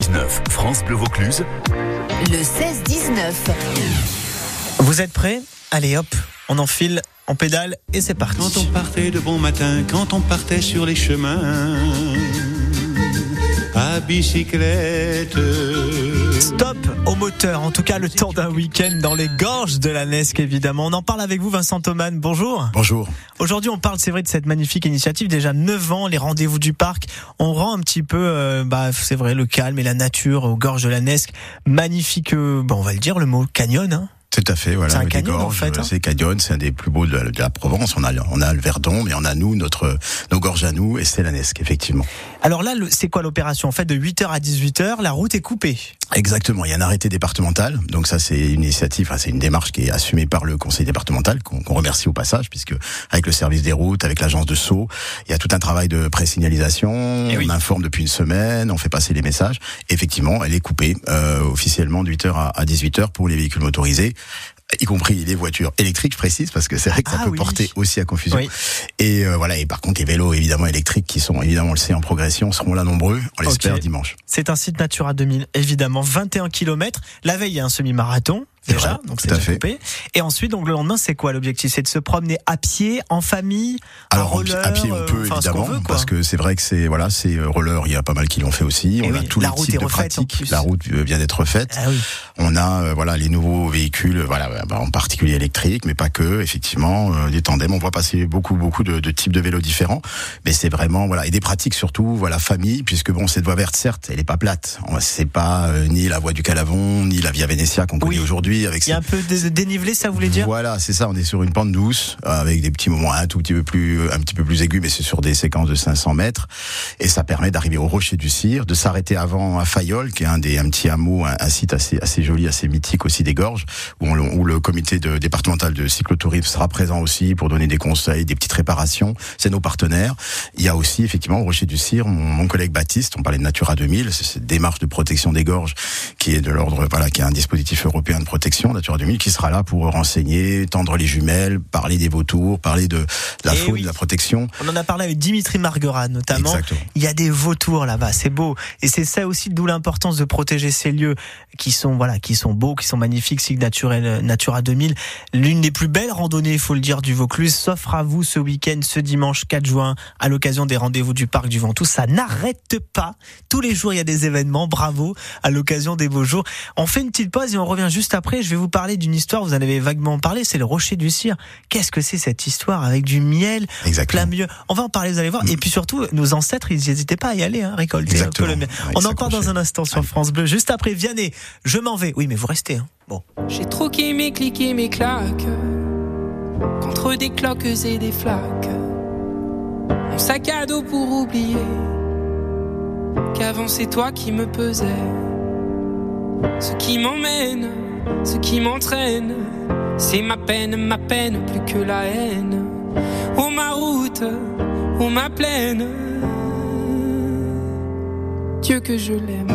16-19, France Bleu Vaucluse. Le 16-19. Vous êtes prêts ? Allez hop, on enfile, on pédale et c'est parti. Quand on partait de bon matin, quand on partait sur les chemins, à bicyclette. Stop au moteur, en tout cas le temps d'un week-end dans les gorges de la Nesque évidemment. On en parle avec vous Vincent Thoman, bonjour. Bonjour. Aujourd'hui on parle c'est vrai de cette magnifique initiative, déjà 9 ans, les rendez-vous du parc. On rend un petit peu, c'est vrai, le calme et la nature aux gorges de la Nesque. Magnifique, on va le dire, le mot canyon, hein. Tout à fait, voilà. C'est un canyon, gorges, en fait, hein. C'est canyon, c'est un des plus beaux de la Provence. On a le Verdon, mais on a nos gorges à nous, et c'est la Nesque, effectivement. Alors là, c'est quoi l'opération ? En fait, de 8h à 18h, la route est coupée. Exactement, il y a un arrêté départemental, donc ça c'est une initiative, c'est une démarche qui est assumée par le conseil départemental, qu'on remercie au passage, puisque avec le service des routes, avec l'agence de Sceaux, il y a tout un travail de pré-signalisation, on informe depuis une semaine, on fait passer les messages. Effectivement, elle est coupée officiellement de 8h à 18h pour les véhicules motorisés, y compris les voitures électriques, je précise, parce que c'est vrai que ça peut porter aussi à confusion. Oui. Et voilà. Et par contre, les vélos évidemment électriques qui sont évidemment, on le sait, en progression, seront là nombreux. On l'espère dimanche. C'est un site Natura 2000, évidemment, 21 km. La veille, il y a un semi-marathon. Déjà, vrai, donc c'est déjà coupé. Et ensuite, donc le lendemain, c'est quoi l'objectif ? C'est de se promener à pied, en famille, à roller. À pied, on peut évidemment, parce que c'est vrai que c'est roller. Il y a pas mal qui l'ont fait aussi. On a tous les types de pratiques. La route vient d'être refaite. Ah oui. On a les nouveaux véhicules, en particulier électriques, mais pas que. Effectivement, des tandems. On voit passer beaucoup de types de vélos différents. Mais c'est vraiment et des pratiques surtout famille, puisque cette voie verte, certes, elle est pas plate. C'est pas ni la voie du Calavon, ni la Via Venetia qu'on connaît aujourd'hui. Il y a un peu de dénivelé, ça voulait dire ? Voilà, c'est ça, on est sur une pente douce, avec des petits moments un petit peu plus aigus, mais c'est sur des séquences de 500 mètres, et ça permet d'arriver au Rocher du Cire, de s'arrêter avant à Fayolle, qui est un petit hameau, un site assez joli, assez mythique aussi des gorges, où le comité départemental de cyclotourisme sera présent aussi pour donner des conseils, des petites réparations, c'est nos partenaires. Il y a aussi, effectivement, au Rocher du Cire, mon collègue Baptiste, on parlait de Natura 2000, c'est cette démarche de protection des gorges, qui est de l'ordre, qui est un dispositif européen de protection, Natura 2000, qui sera là pour renseigner, tendre les jumelles, parler des vautours, parler de la faune, de la protection. On en a parlé avec Dimitri Marguerat notamment. Exactement. Il y a des vautours là-bas, c'est beau. Et c'est ça aussi, d'où l'importance de protéger ces lieux qui sont beaux, qui sont magnifiques, sites naturels Natura 2000. L'une des plus belles randonnées, il faut le dire, du Vaucluse s'offre à vous ce week-end, ce dimanche 4 juin, à l'occasion des rendez-vous du Parc du Ventoux. Ça n'arrête pas. Tous les jours, il y a des événements. Bravo, à l'occasion des beaux jours. On fait une petite pause et on revient juste après. Je vais vous parler d'une histoire, vous en avez vaguement parlé, c'est le Rocher du Cire. Qu'est-ce que c'est cette histoire avec du miel plein milieu ? On va en parler, vous allez voir. Et puis surtout, nos ancêtres, ils n'hésitaient pas à y aller, récolter un peu le miel. On en parle dans un instant sur France Bleu. Juste après, Vianney, je m'en vais. Oui, mais vous restez. Hein. Bon. J'ai troqué mes clics et mes claques contre des cloques et des flaques. Mon sac à dos pour oublier qu'avant c'est toi qui me pesais. Ce qui m'emmène, ce qui m'entraîne, c'est ma peine plus que la haine. Oh ma route, oh ma plaine, Dieu que je l'aime.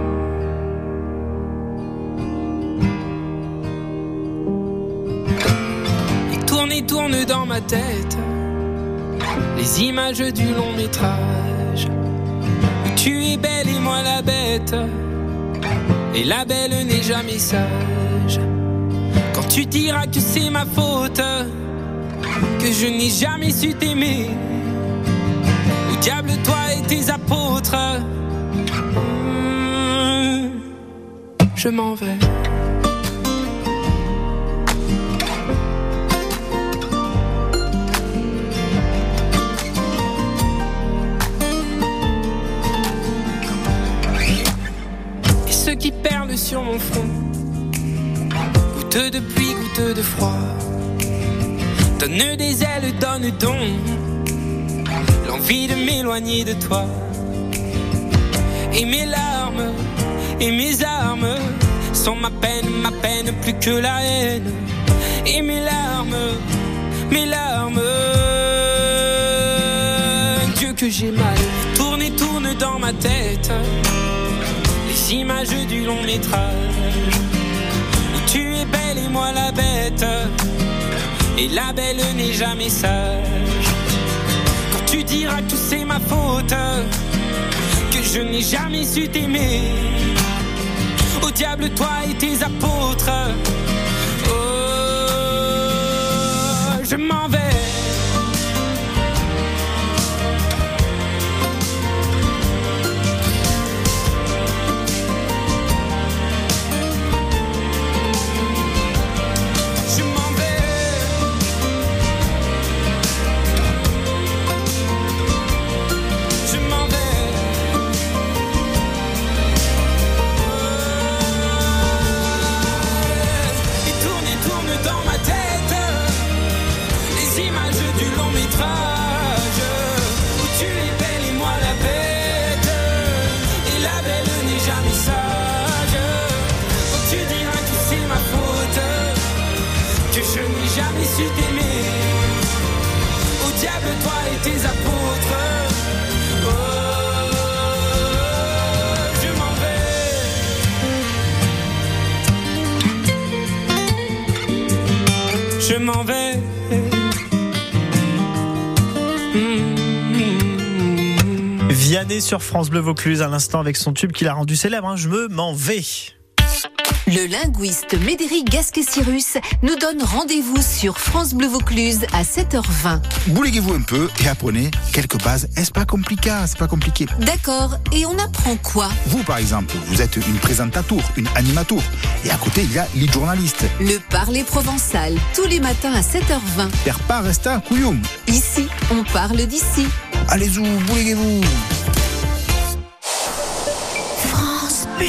Et tourne dans ma tête les images du long métrage où tu es belle et moi la bête. Et la belle n'est jamais sage. Quand tu diras que c'est ma faute, que je n'ai jamais su t'aimer, au diable toi et tes apôtres, je m'en vais. Et ceux qui perlent sur mon front, goutte de pluie, goutte de froid, donne des ailes, donne donc l'envie de m'éloigner de toi. Et mes larmes et mes armes sont ma peine plus que la haine. Et mes larmes, Dieu que j'ai mal. Tourne dans ma tête les images du long métrage où tu es belle et moi la bête. Et la belle n'est jamais sage. Quand tu diras que c'est ma faute, que Je n'ai jamais su t'aimer. Au diable toi et tes apôtres. Oh, je m'en vais. Je m'en vais. Vianney sur France Bleu Vaucluse à l'instant avec son tube qu'il a rendu célèbre, hein, je m'en vais. Le linguiste Médéric Gasquet-Cyrus nous donne rendez-vous sur France Bleu Vaucluse à 7h20. Bouleguez-vous un peu et apprenez quelques bases. C'est pas compliqué. D'accord, et on apprend quoi? Vous, par exemple, vous êtes une présentatrice, une animatrice. Et à côté, il y a les journalistes. Le parler provençal, tous les matins à 7h20. Per pas resta couillon. Ici, on parle d'ici. Allez-y, bouleguez-vous. France Bleu.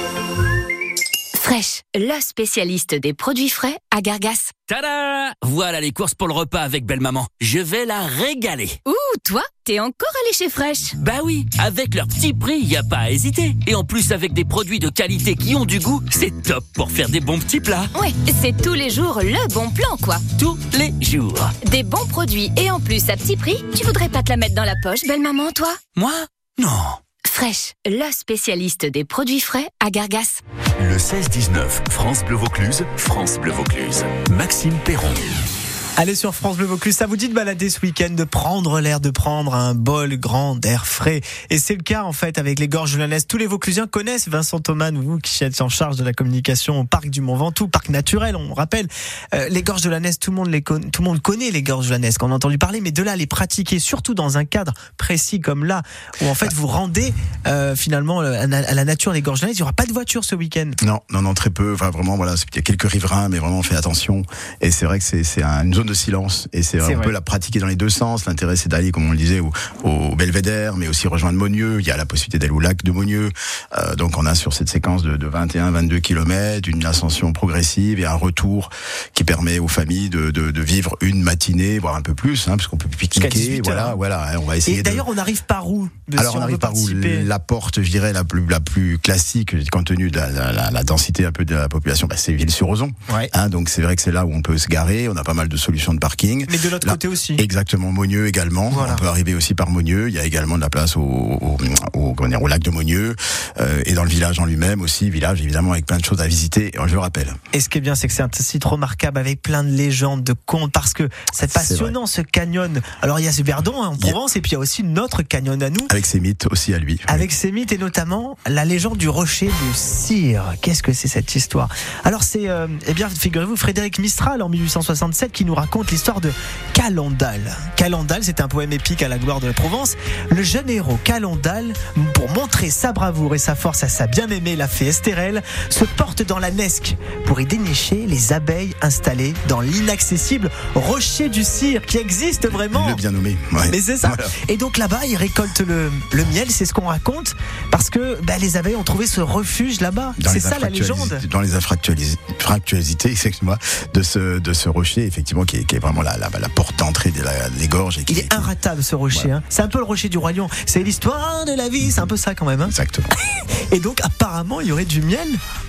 Fraîche, le spécialiste des produits frais à Gargas. Tada! Voilà les courses pour le repas avec belle-maman. Je vais la régaler. Ouh, toi, t'es encore allé chez Fraîche? Bah oui, avec leur petit prix, y a pas à hésiter. Et en plus, avec des produits de qualité qui ont du goût, c'est top pour faire des bons petits plats. Ouais, c'est tous les jours le bon plan, quoi. Tous les jours. Des bons produits et en plus à petit prix, tu voudrais pas te la mettre dans la poche, belle-maman, toi? Moi? Non. Fraîche, le spécialiste des produits frais à Gargas. Le 16-19, France Bleu Vaucluse, France Bleu Vaucluse. Maxime Perron. Allez sur France Bleu Vaucluse, ça vous dit de balader ce week-end, de prendre l'air, de prendre un bol grand d'air frais. Et c'est le cas en fait avec les gorges de la Nesse. Tous les Vauclusiens connaissent Vincent Thoman, vous qui êtes en charge de la communication au parc du Mont Ventoux, parc naturel, on rappelle. Les gorges de la Nesse, tout le monde connaît les gorges de la Nesse, qu'on a entendu parler, mais de là les pratiquer, surtout dans un cadre précis comme là, où en fait vous rendez finalement à la nature des gorges de la Nesse. Il n'y aura pas de voiture ce week-end. Non, très peu. Enfin, vraiment, voilà, il y a quelques riverains, mais vraiment, on fait attention. Et c'est vrai que c'est une zone de silence. Et on peut la pratiquer dans les deux sens. L'intérêt, c'est d'aller, comme on le disait, au Belvédère, mais aussi rejoindre Monieux. Il y a la possibilité d'aller au lac de Monieux. Donc, on a sur cette séquence de 21-22 km, une ascension progressive et un retour qui permet aux familles de vivre une matinée, voire un peu plus, hein, parce qu'on peut pique-niquer. Voilà, on va essayer. Et d'ailleurs, on arrive par où? Alors, on arrive par où? La porte, je dirais, la plus classique, compte tenu de la densité un peu de la population, c'est Ville-sur-Ozon. Ouais. Hein, donc, c'est vrai que c'est là où on peut se garer. On a pas mal de solutions de parking. Mais de l'autre côté aussi. Exactement, Monieux également. Voilà. On peut arriver aussi par Monieux. Il y a également de la place au lac de Monieux. Et dans le village en lui-même aussi, village évidemment avec plein de choses à visiter, je le rappelle. Et ce qui est bien, c'est que c'est un site remarquable avec plein de légendes, de contes, parce que c'est passionnant ce canyon. Alors il y a ce Verdon en Provence, et puis il y a aussi notre canyon à nous. Avec ses mythes aussi à lui. Avec ses mythes et notamment la légende du rocher de Cire. Qu'est-ce que c'est cette histoire? Alors c'est, figurez-vous, Frédéric Mistral en 1867 qui nous raconte l'histoire de Calendal. Calendal, c'est un poème épique à la gloire de la Provence. Le jeune héros Calendal, pour montrer sa bravoure et sa force à sa bien-aimée, la fée Estérelle, se porte dans la Nesque pour y dénicher les abeilles installées dans l'inaccessible rocher du Cire, qui existe vraiment. Le bien nommé. Ouais. Mais c'est ça. Voilà. Et donc là-bas, ils récoltent le miel, c'est ce qu'on raconte, parce que les abeilles ont trouvé ce refuge là-bas. C'est ça la légende. Dans les fractuosités, excuse-moi, de ce rocher, effectivement, qui est vraiment la porte d'entrée des gorges. Et il est inratable ce rocher. Voilà. Hein. C'est un peu le rocher du Roi Lion. C'est l'histoire de la vie, c'est un peu ça quand même. Hein. Exactement. Et donc apparemment, il y aurait du miel.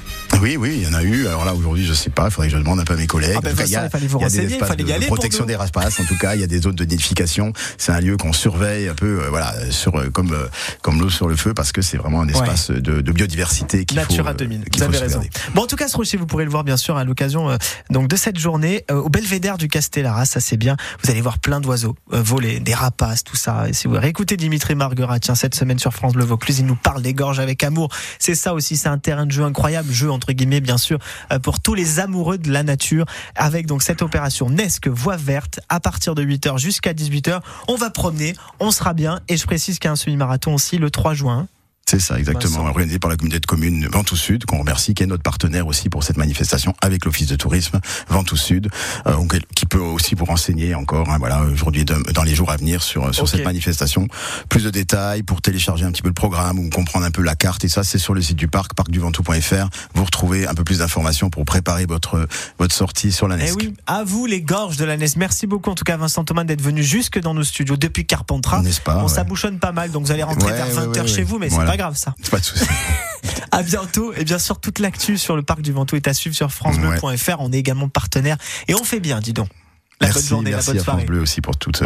Oui, il y en a eu. Alors là, aujourd'hui, je sais pas, il faudrait que je demande un peu à mes collègues. Il fallait vous renseigner, il fallait y aller. Protection des rapaces, en tout cas, il y a des zones de nidification. C'est un lieu qu'on surveille un peu, comme l'eau sur le feu, parce que c'est vraiment un espace de biodiversité qu'il Natura faut, 2000, qu'il vous avez faut raison. Bon, en tout cas, ce rocher, vous pourrez le voir, bien sûr, à l'occasion donc de cette journée, au belvédère du Castellara, ça c'est bien. Vous allez voir plein d'oiseaux voler, des rapaces, tout ça. Et si vous réécoutez Dimitri Marguerat, cette semaine sur France Bleu Vaucluse, il nous parle des gorges avec amour. C'est ça aussi, c'est un terrain de jeu incroyable, jeu entre guillemets bien sûr, pour tous les amoureux de la nature, avec donc cette opération Nesque Voie Verte, à partir de 8h jusqu'à 18h. On va promener, on sera bien, et je précise qu'il y a un semi-marathon aussi le 3 juin. C'est ça, exactement. Organisé par la communauté de communes Ventoux Sud, qu'on remercie, qui est notre partenaire aussi pour cette manifestation avec l'Office de tourisme Ventoux Sud, qui peut aussi vous renseigner encore, aujourd'hui, dans les jours à venir sur cette manifestation. Plus de détails pour télécharger un petit peu le programme ou comprendre un peu la carte, et ça, c'est sur le site du parc, parcduventoux.fr. Vous retrouvez un peu plus d'informations pour préparer votre sortie sur la Nesque. Eh oui, à vous les gorges de la Nesque. Merci beaucoup, en tout cas, Vincent Thomas, d'être venu jusque dans nos studios depuis Carpentras. N'est-ce pas? Ça bouchonne pas mal, donc vous allez rentrer vers 20h chez vous, mais c'est pas grave ça. C'est pas de souci. À bientôt. Et bien sûr, toute l'actu sur le parc du Ventoux est à suivre sur francebleu.fr. On est également partenaire et on fait bien, dis donc. Bonne journée, la bonne soirée. Merci à France Bleu aussi pour toute